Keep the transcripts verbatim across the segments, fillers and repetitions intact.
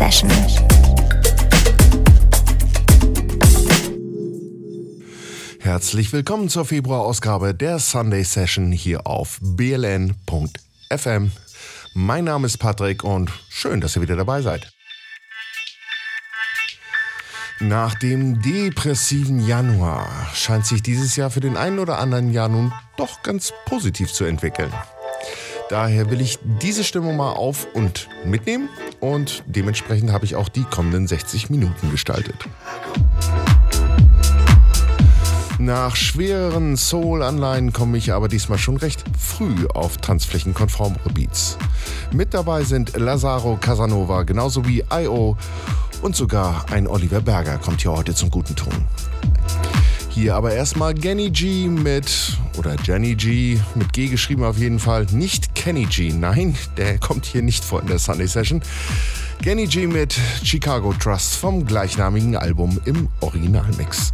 Session. Herzlich willkommen zur Februarausgabe der Sunday Session hier auf b l n punkt f m. Mein Name ist Patrick und schön, dass ihr wieder dabei seid. Nach dem depressiven Januar scheint sich dieses Jahr für den einen oder anderen Jahr nun doch ganz positiv zu entwickeln. Daher will ich diese Stimmung mal auf und mitnehmen und dementsprechend habe ich auch die kommenden sechzig Minuten gestaltet. Nach schwereren Soul-Anleihen komme ich aber diesmal schon recht früh auf tanzflächenkonformere Beats. Mit dabei sind Lazaro Casanova, genauso wie I O und sogar ein Oliver Berger kommt hier heute zum guten Ton. Hier aber erstmal Genny G mit, oder Jenny G, mit G geschrieben auf jeden Fall, nicht Kenny G, nein, der kommt hier nicht vor in der Sunday Session. Genny G mit Chicago Trust vom gleichnamigen Album im Originalmix.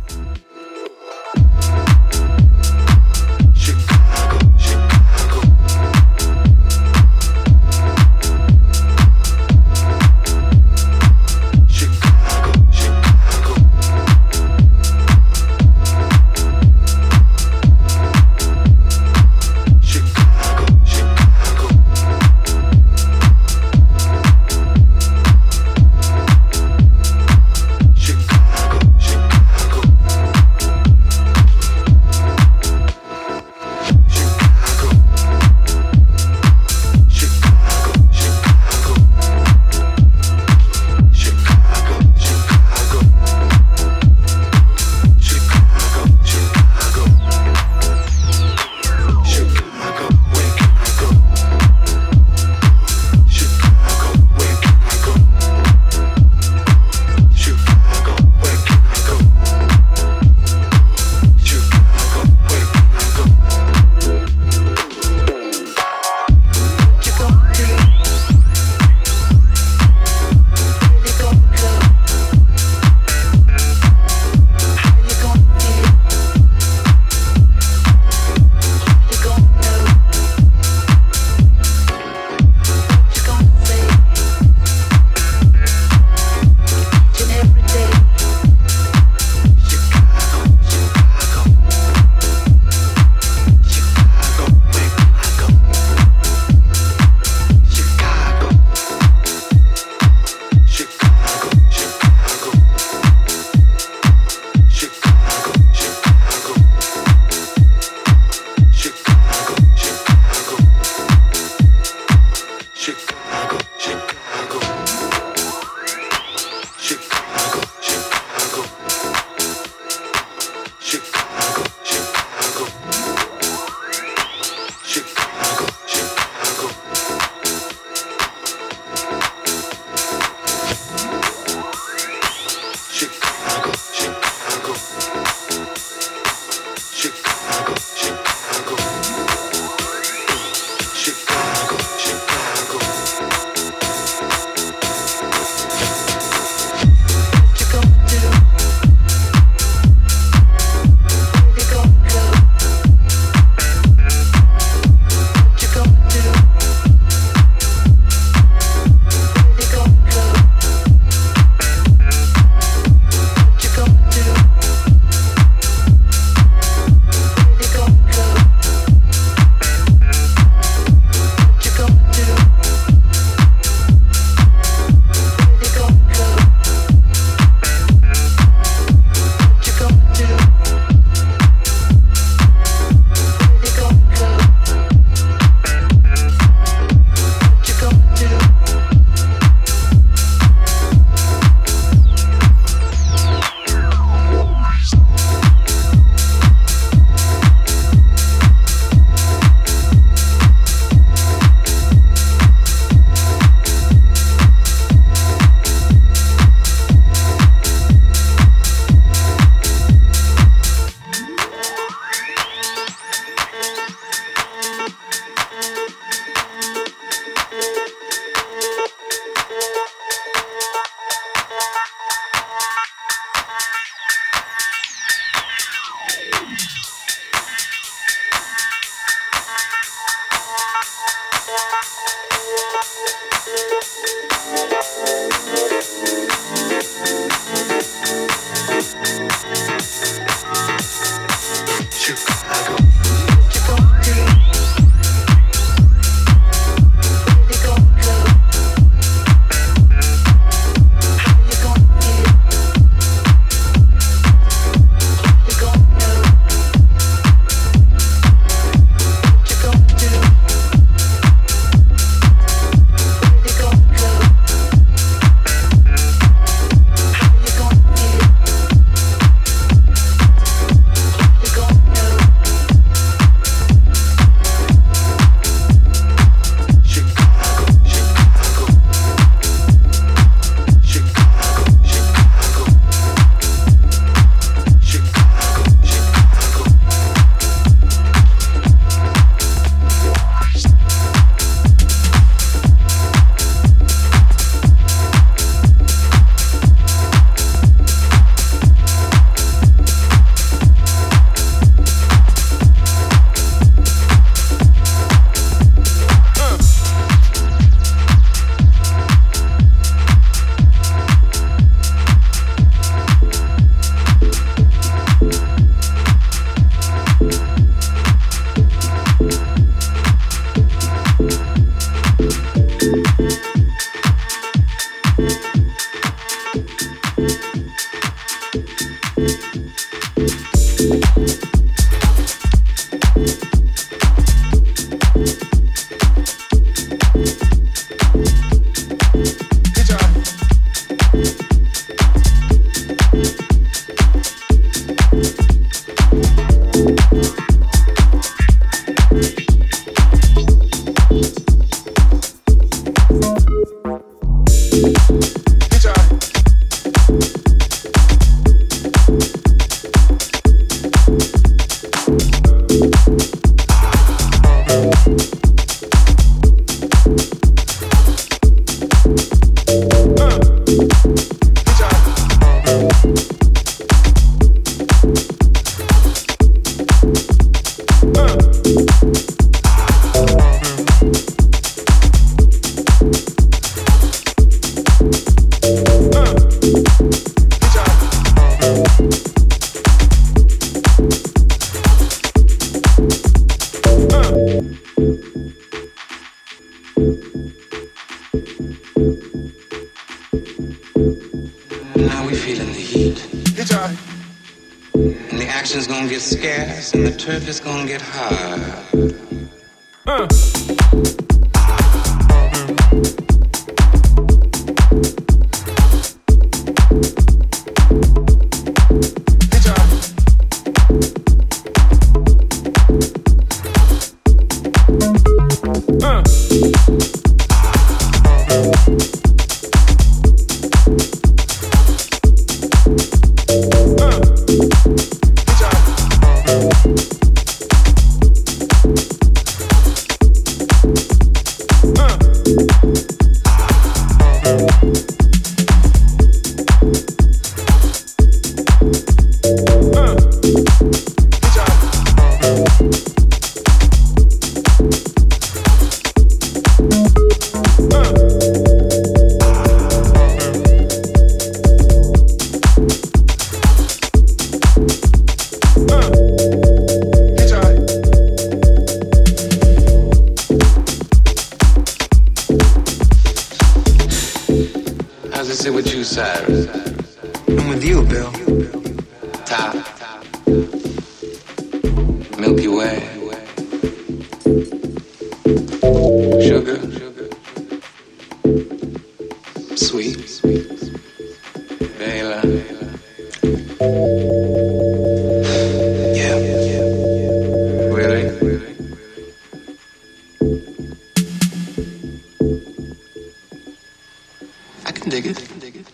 And the action's gonna get scarce and the turf is gonna get hard. Uh. I'm with you, Bill. Top. Milky Way. Sugar. Sweet. Bela. Yeah. Really? I can dig it. I can dig it.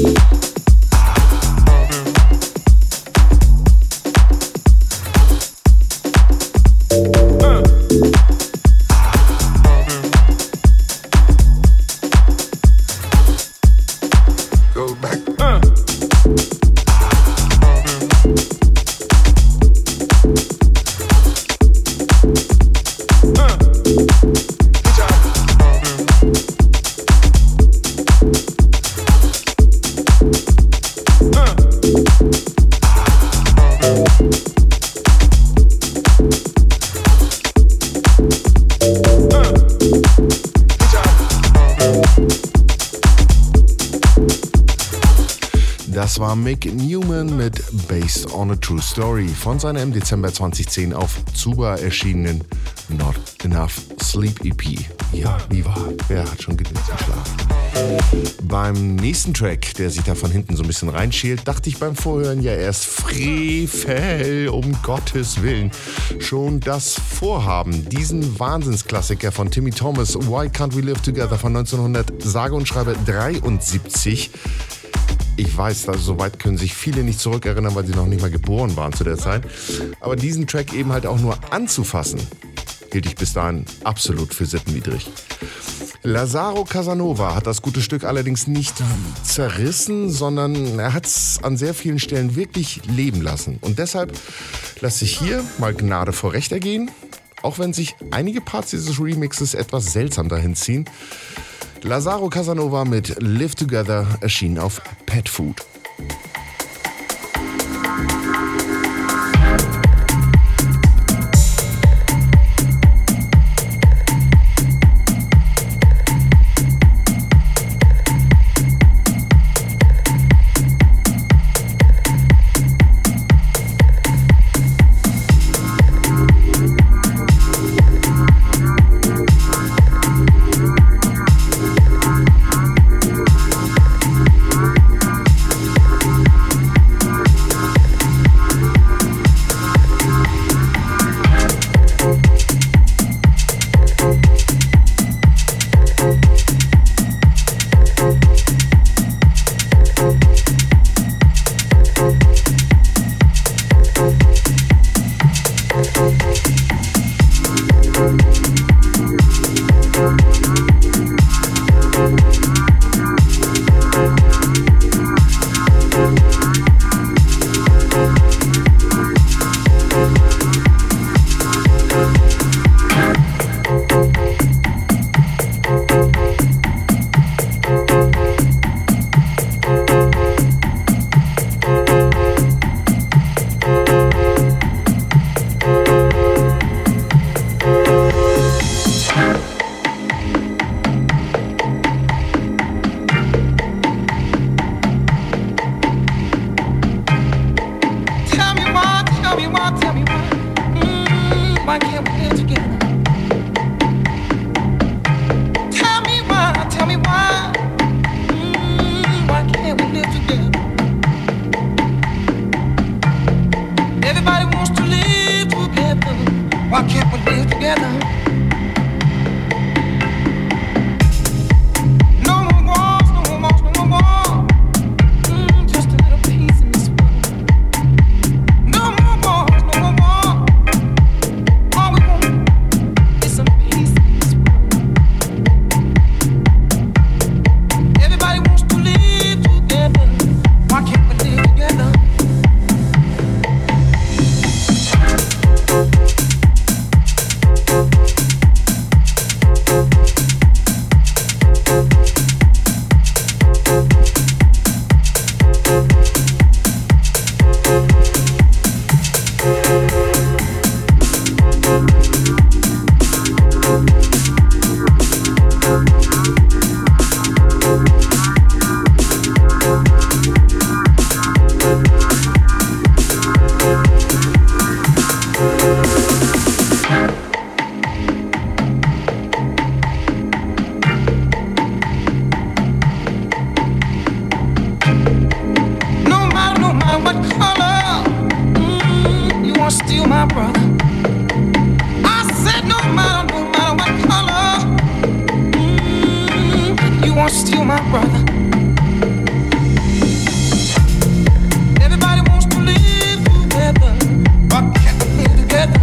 Das war Mick Newman mit Based on a True Story von seiner im Dezember zweitausendzehn auf Zuba erschienenen Not Enough Sleep E P. Ja, wie war? Wer hat schon genug geschlafen? Beim nächsten Track, der sich da von hinten so ein bisschen reinschält, dachte ich beim Vorhören ja erst Frevel, um Gottes Willen. Schon das Vorhaben, diesen Wahnsinnsklassiker von Timmy Thomas, Why Can't We Live Together von neunzehnhundert, sage und schreibe dreiundsiebzig. Ich weiß, also so weit können sich viele nicht zurückerinnern, weil sie noch nicht mal geboren waren zu der Zeit. Aber diesen Track eben halt auch nur anzufassen, hielt ich bis dahin absolut für sittenwidrig. Lazaro Casanova hat das gute Stück allerdings nicht zerrissen, sondern er hat es an sehr vielen Stellen wirklich leben lassen. Und deshalb lasse ich hier mal Gnade vor Recht ergehen, auch wenn sich einige Parts dieses Remixes etwas seltsam dahin ziehen. Lazaro Casanova mit Live Together erschien auf Pet Food. my brother. Everybody wants to live together, but can't live together.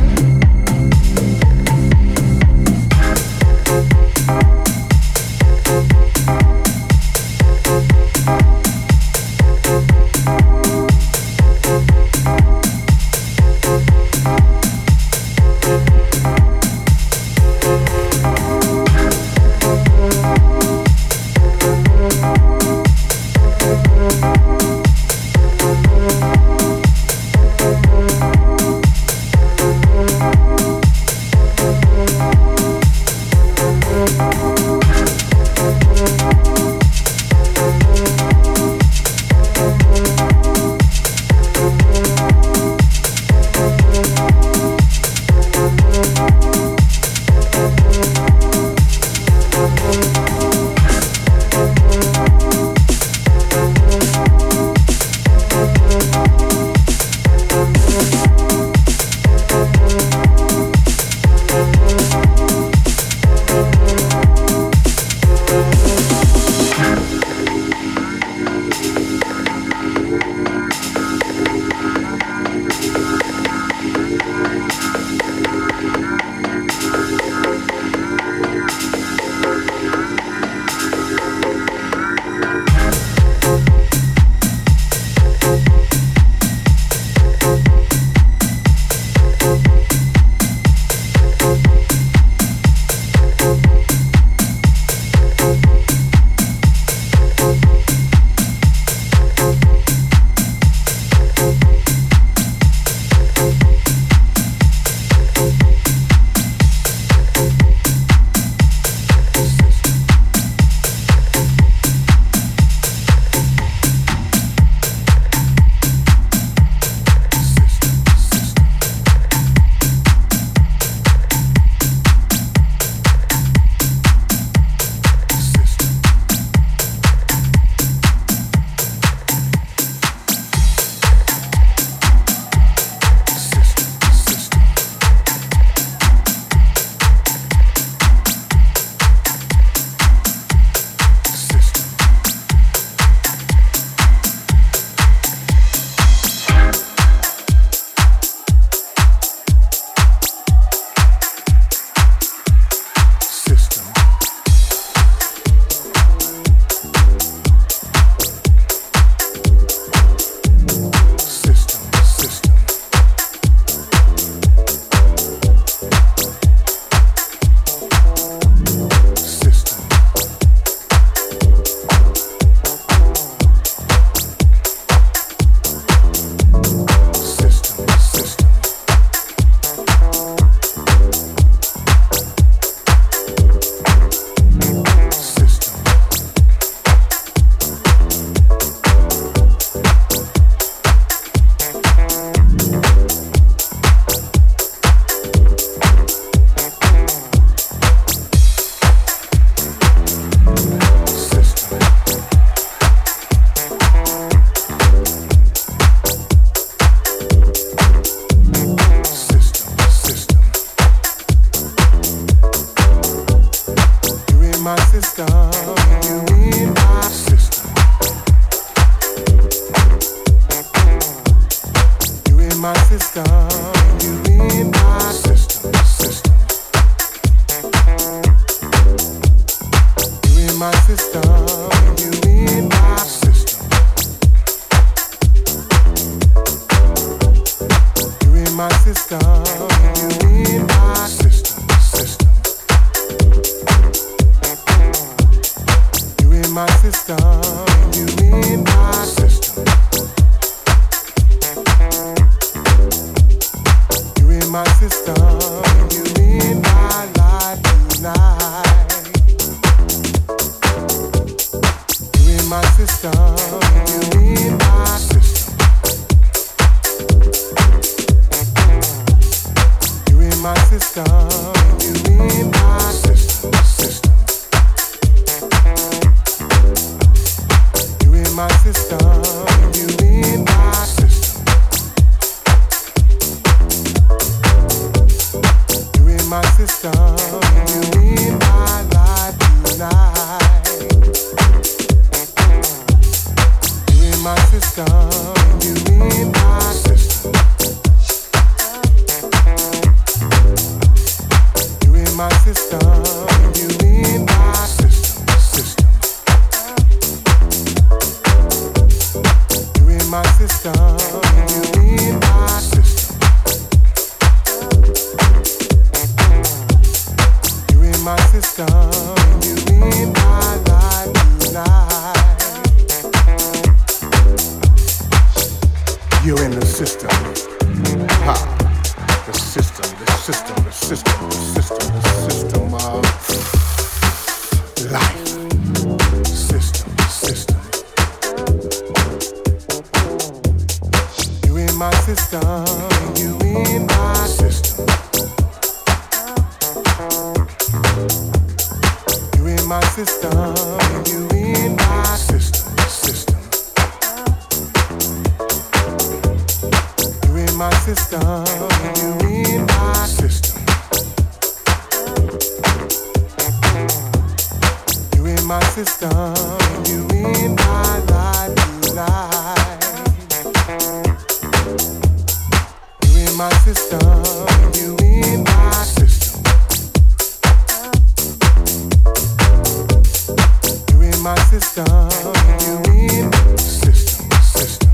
system, you in my life tonight. You in my life tonight. You're in the system. Ha. The system, the system, the system, the system, the system of life. System, system. You in my system. You in my system. You in my system. You in my system, system. You in my system. You in my system. You in my system. You in my life tonight. You in my system. You in my system. You in my system. You in system, system.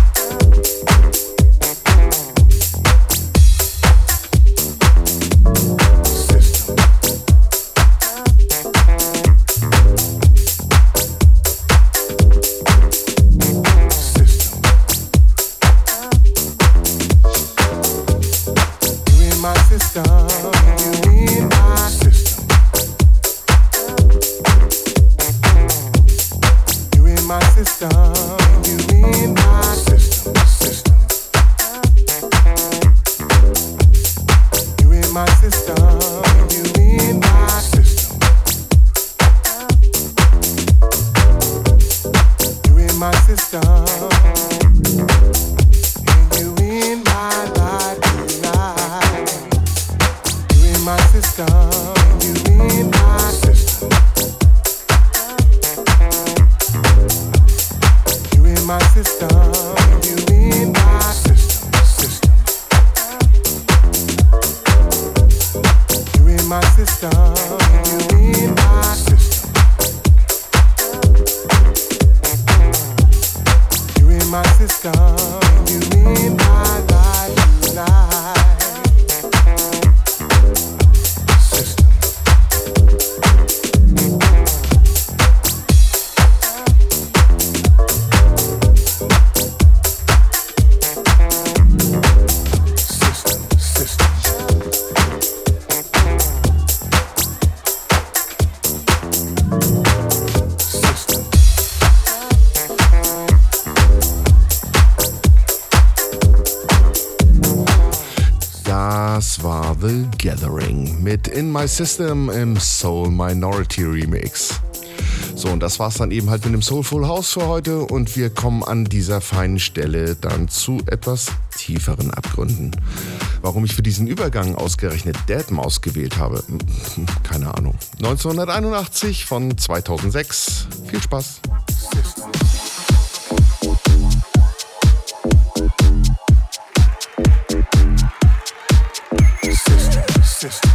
Das war The Gathering mit In My System im Soul Minority Remix. So, und das war's dann eben halt mit dem Soulful House für heute und wir kommen an dieser feinen Stelle dann zu etwas tieferen Abgründen. Warum ich für diesen Übergang ausgerechnet Deadmau5 gewählt habe, keine Ahnung. neunzehnhunderteinundachtzig von zweitausendsechs. Viel Spaß! System.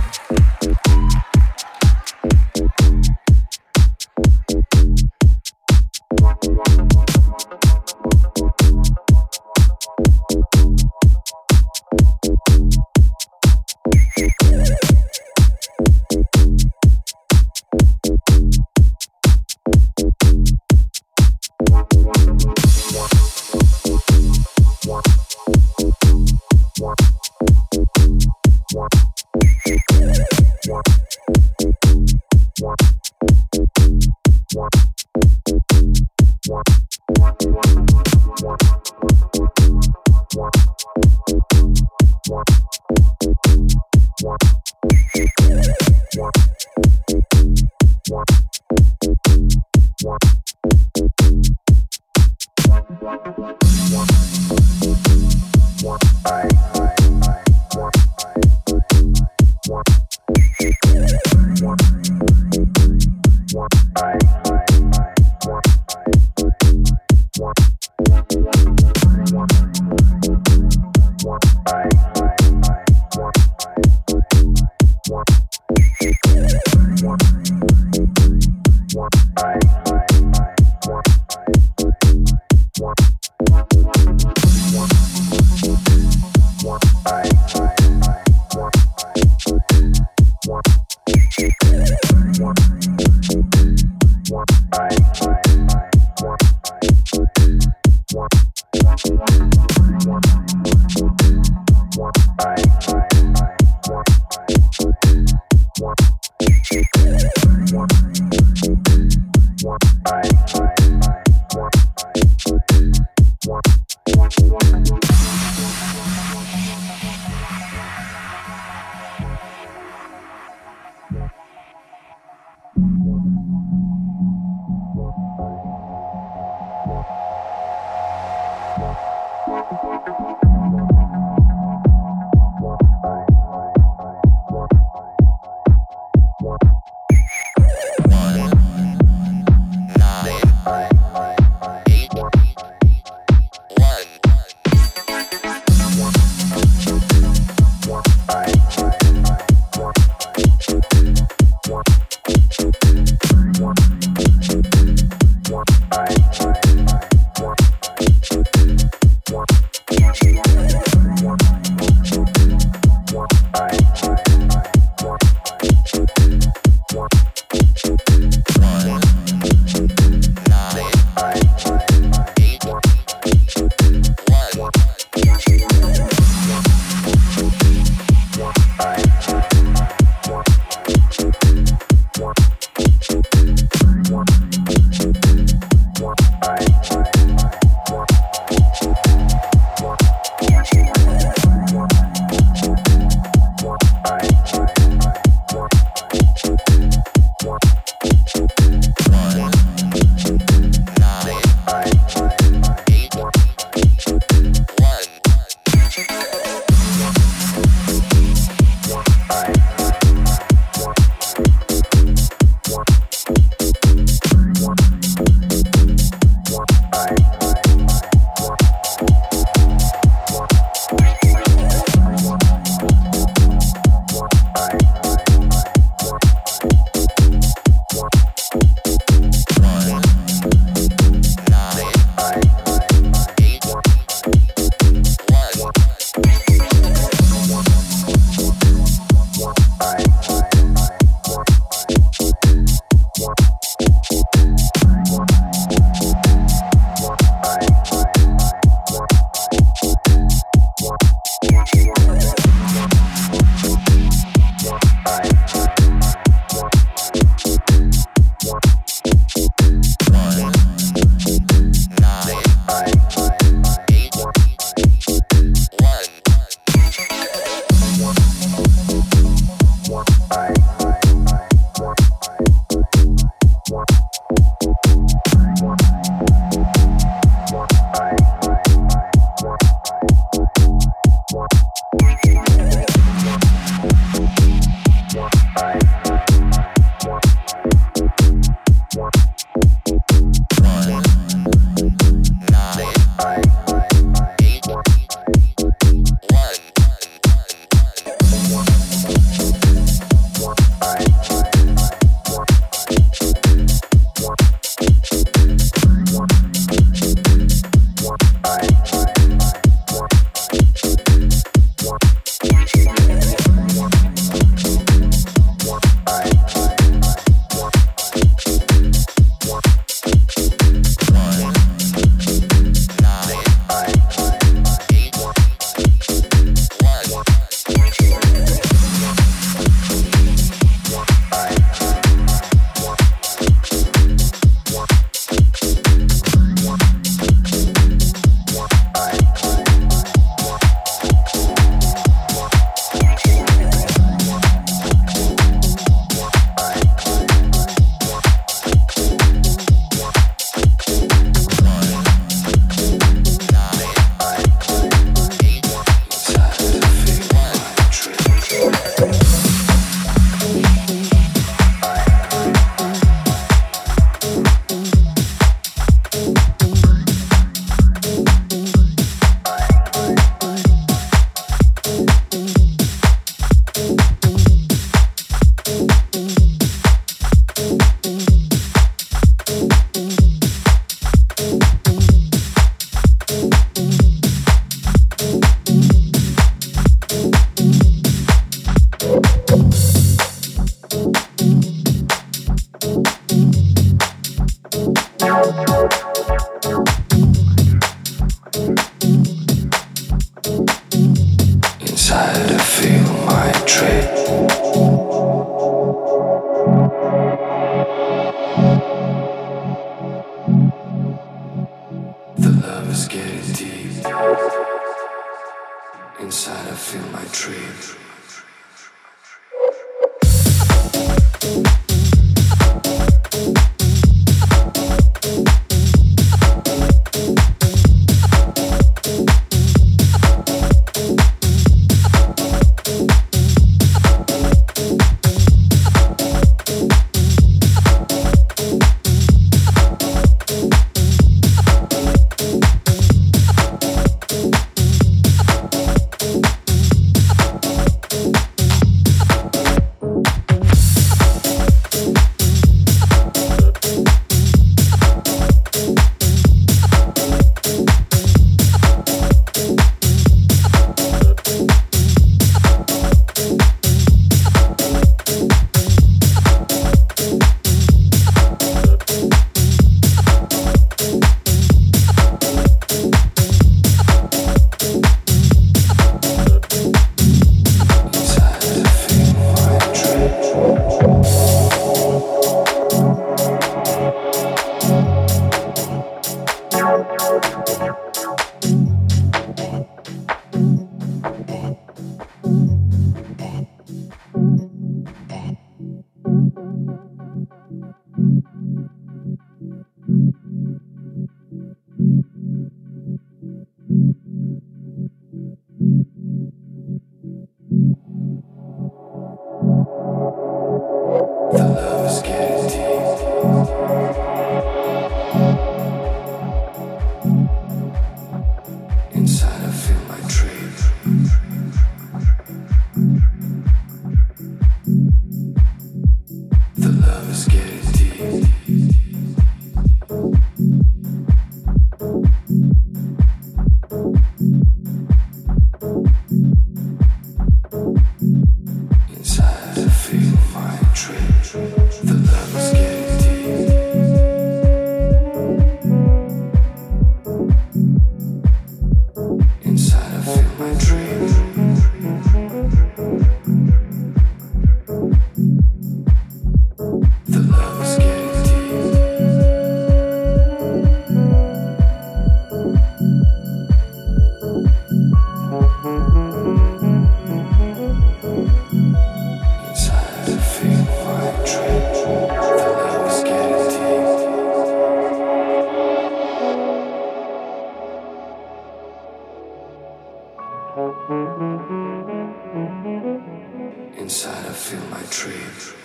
Inside I feel my dream.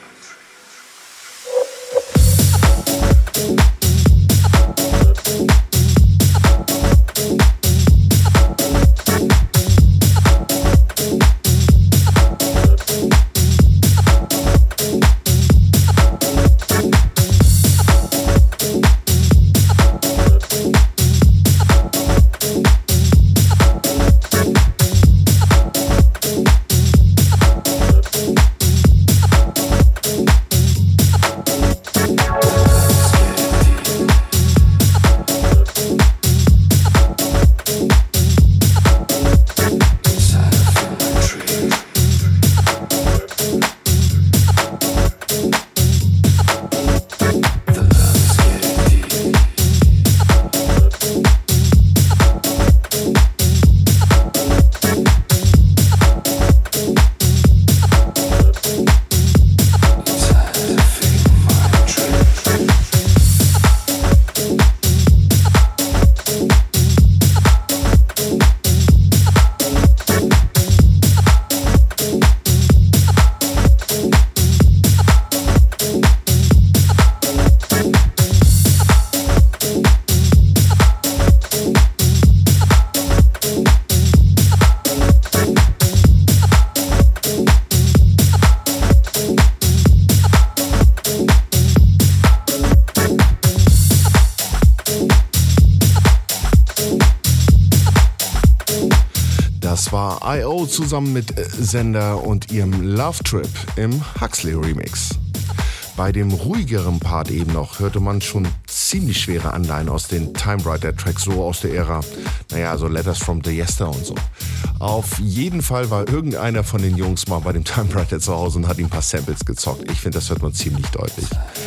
Das war I O zusammen mit Sender und ihrem Love Trip im Huxley Remix. Bei dem ruhigeren Part eben noch hörte man schon ziemlich schwere Anleihen aus den Time Rider Tracks, so aus der Ära, naja, so Letters from the Yester und so. Auf jeden Fall war irgendeiner von den Jungs mal bei dem Time Rider zu Hause und hat ihm ein paar Samples gezockt. Ich finde, das hört man ziemlich deutlich.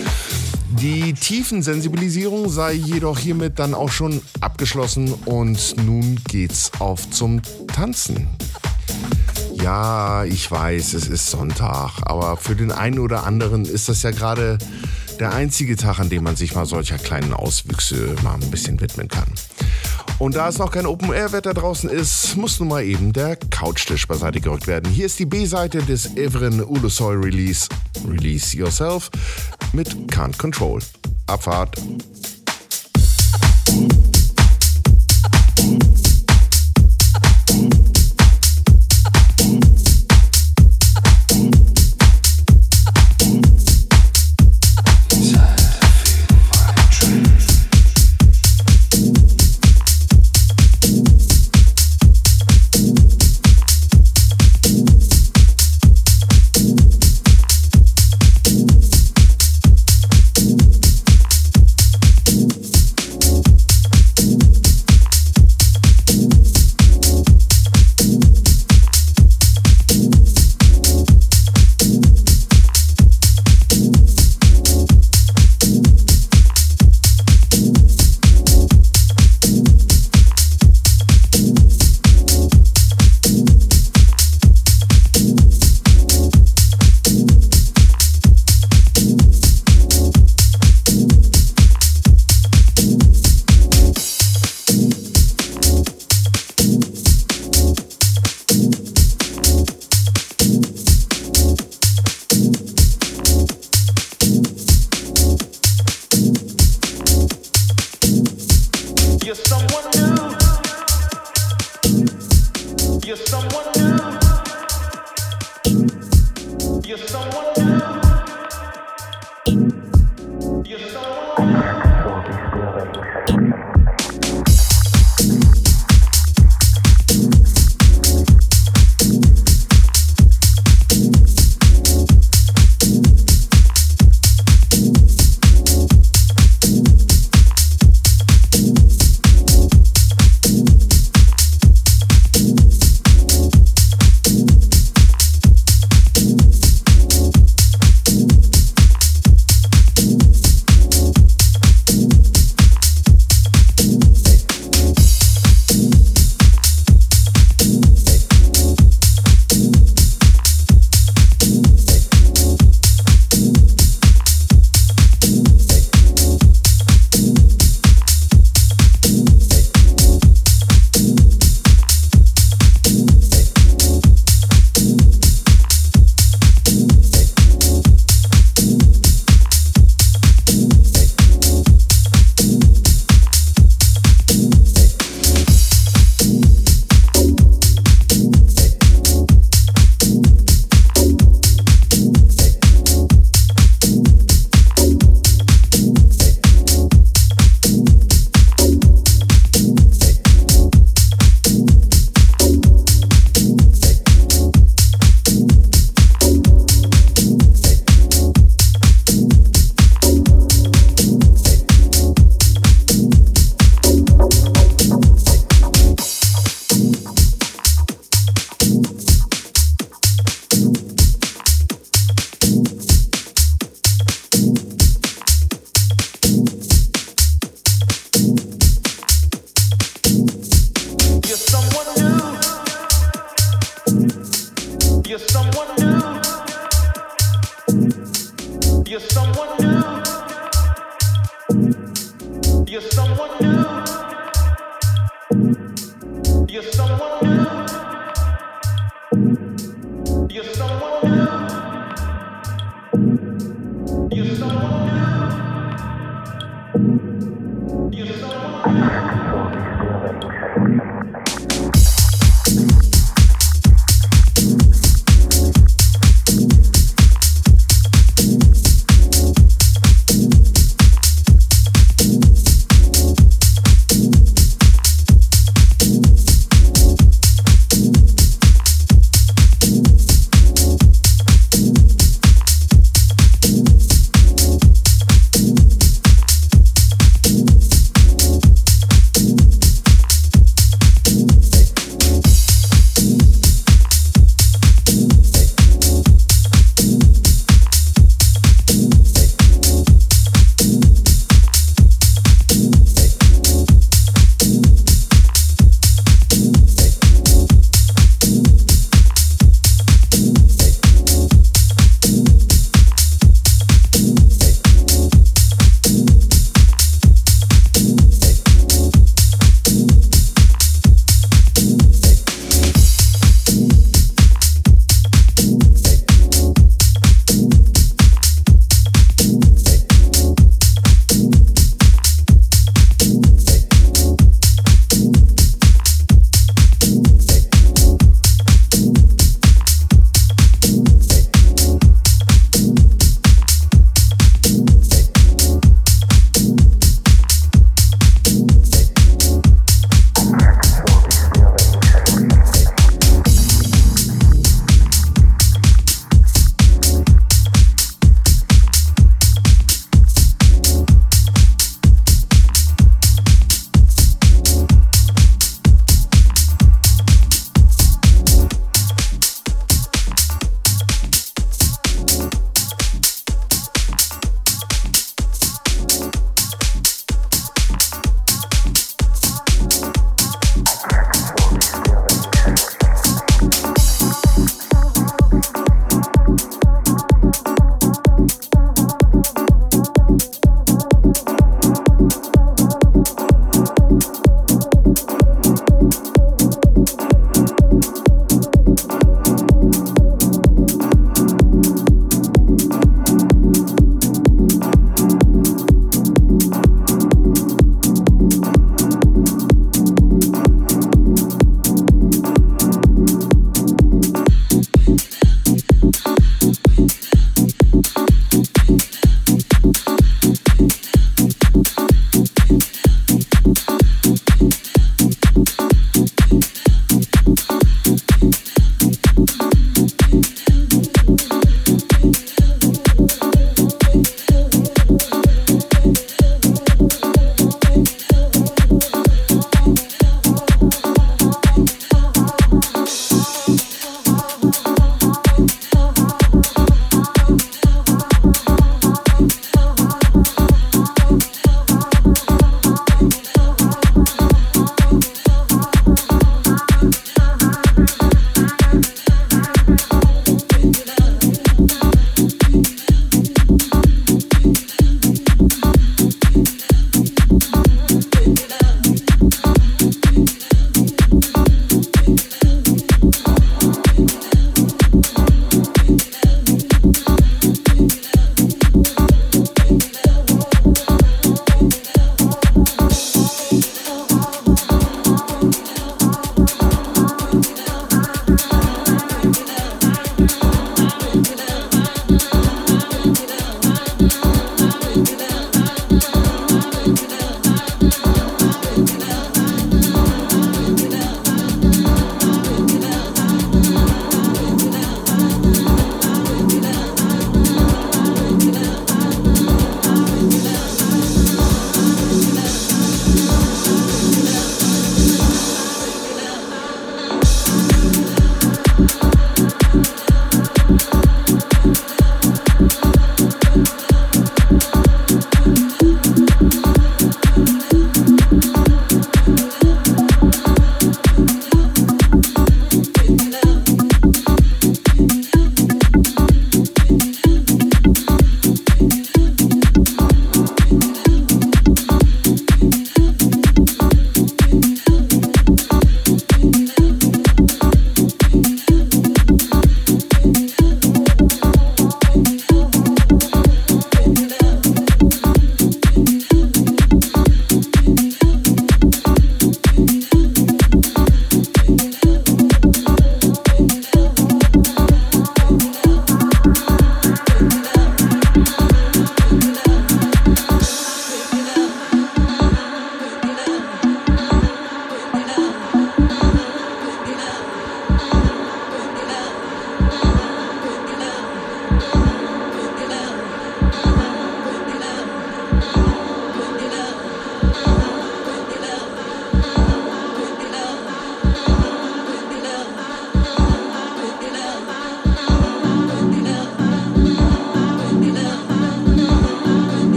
Die Tiefensensibilisierung sei jedoch hiermit dann auch schon abgeschlossen und nun geht's auf zum Tanzen. Ja, ich weiß, es ist Sonntag, aber für den einen oder anderen ist das ja gerade der einzige Tag, an dem man sich mal solcher kleinen Auswüchse mal ein bisschen widmen kann. Und da es noch kein Open-Air-Wetter draußen ist, muss nun mal eben der Couchtisch beiseite gerückt werden. Hier ist die B-Seite des Evren Ulusoy Release, Release Yourself, mit Can't Control. Abfahrt.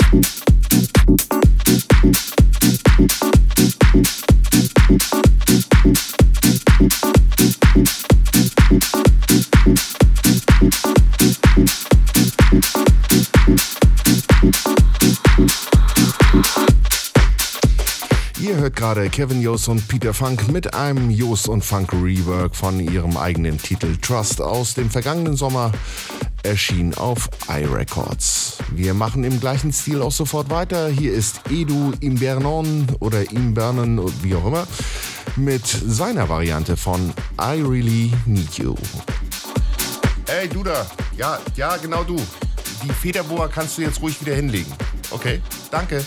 Ihr hört gerade Kevin Jost und Peter Funk mit einem Jost und Funk Rework von ihrem eigenen Titel Trust aus dem vergangenen Sommer, erschien auf iRecords. Wir machen im gleichen Stil auch sofort weiter. Hier ist Edu Imbernon oder Imbernon, wie auch immer, mit seiner Variante von I Really Need You. Ey, du da. Ja, ja, genau du. Die Federboa kannst du jetzt ruhig wieder hinlegen. Okay, danke.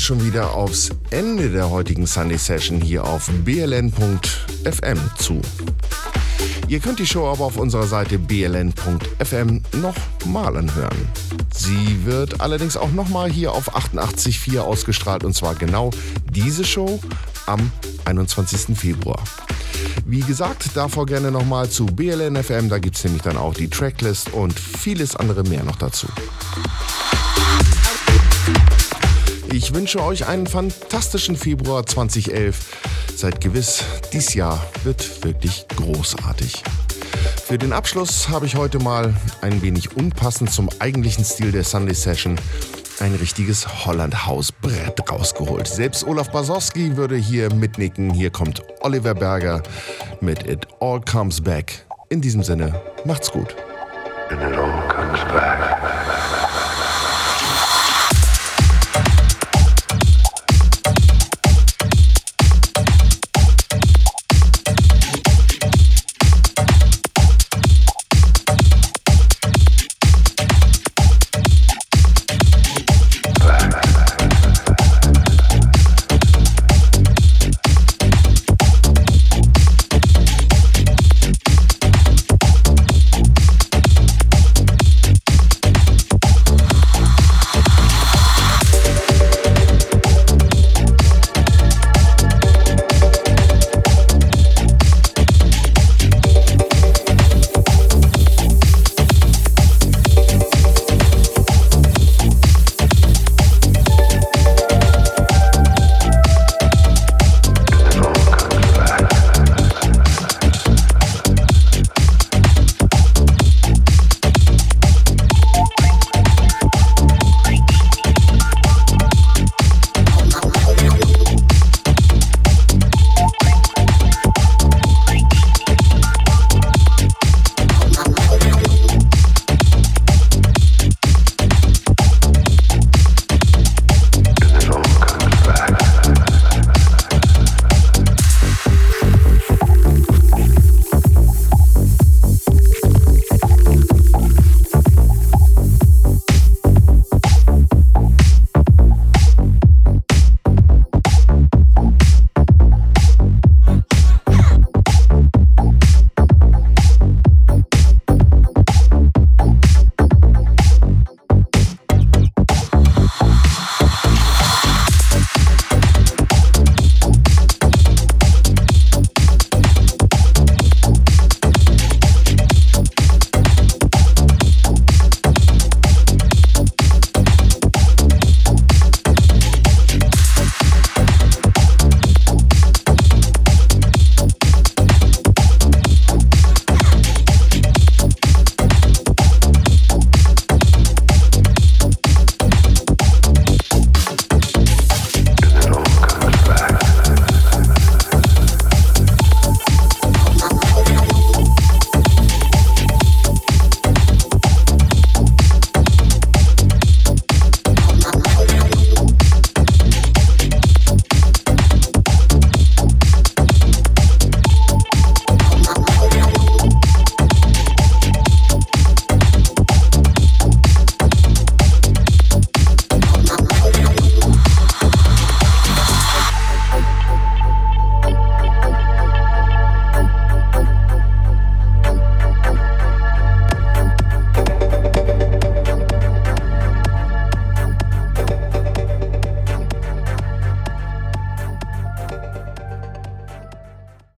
schon wieder aufs Ende der heutigen Sunday Session hier auf b l n punkt f m zu. Ihr könnt die Show aber auf unserer Seite b l n punkt f m nochmal anhören. Sie wird allerdings auch nochmal hier auf achtundachtzig Komma vier ausgestrahlt, und zwar genau diese Show am einundzwanzigsten Februar. Wie gesagt, davor gerne nochmal zu B L N F M, da gibt es nämlich dann auch die Tracklist und vieles andere mehr noch dazu. Ich wünsche euch einen fantastischen Februar zweitausendelf. Seid gewiss, dies Jahr wird wirklich großartig. Für den Abschluss habe ich heute mal ein wenig unpassend zum eigentlichen Stil der Sunday Session ein richtiges Holland-House-Brett rausgeholt. Selbst Olaf Basowski würde hier mitnicken. Hier kommt Oliver Berger mit It All Comes Back. In diesem Sinne, macht's gut. And it all comes back.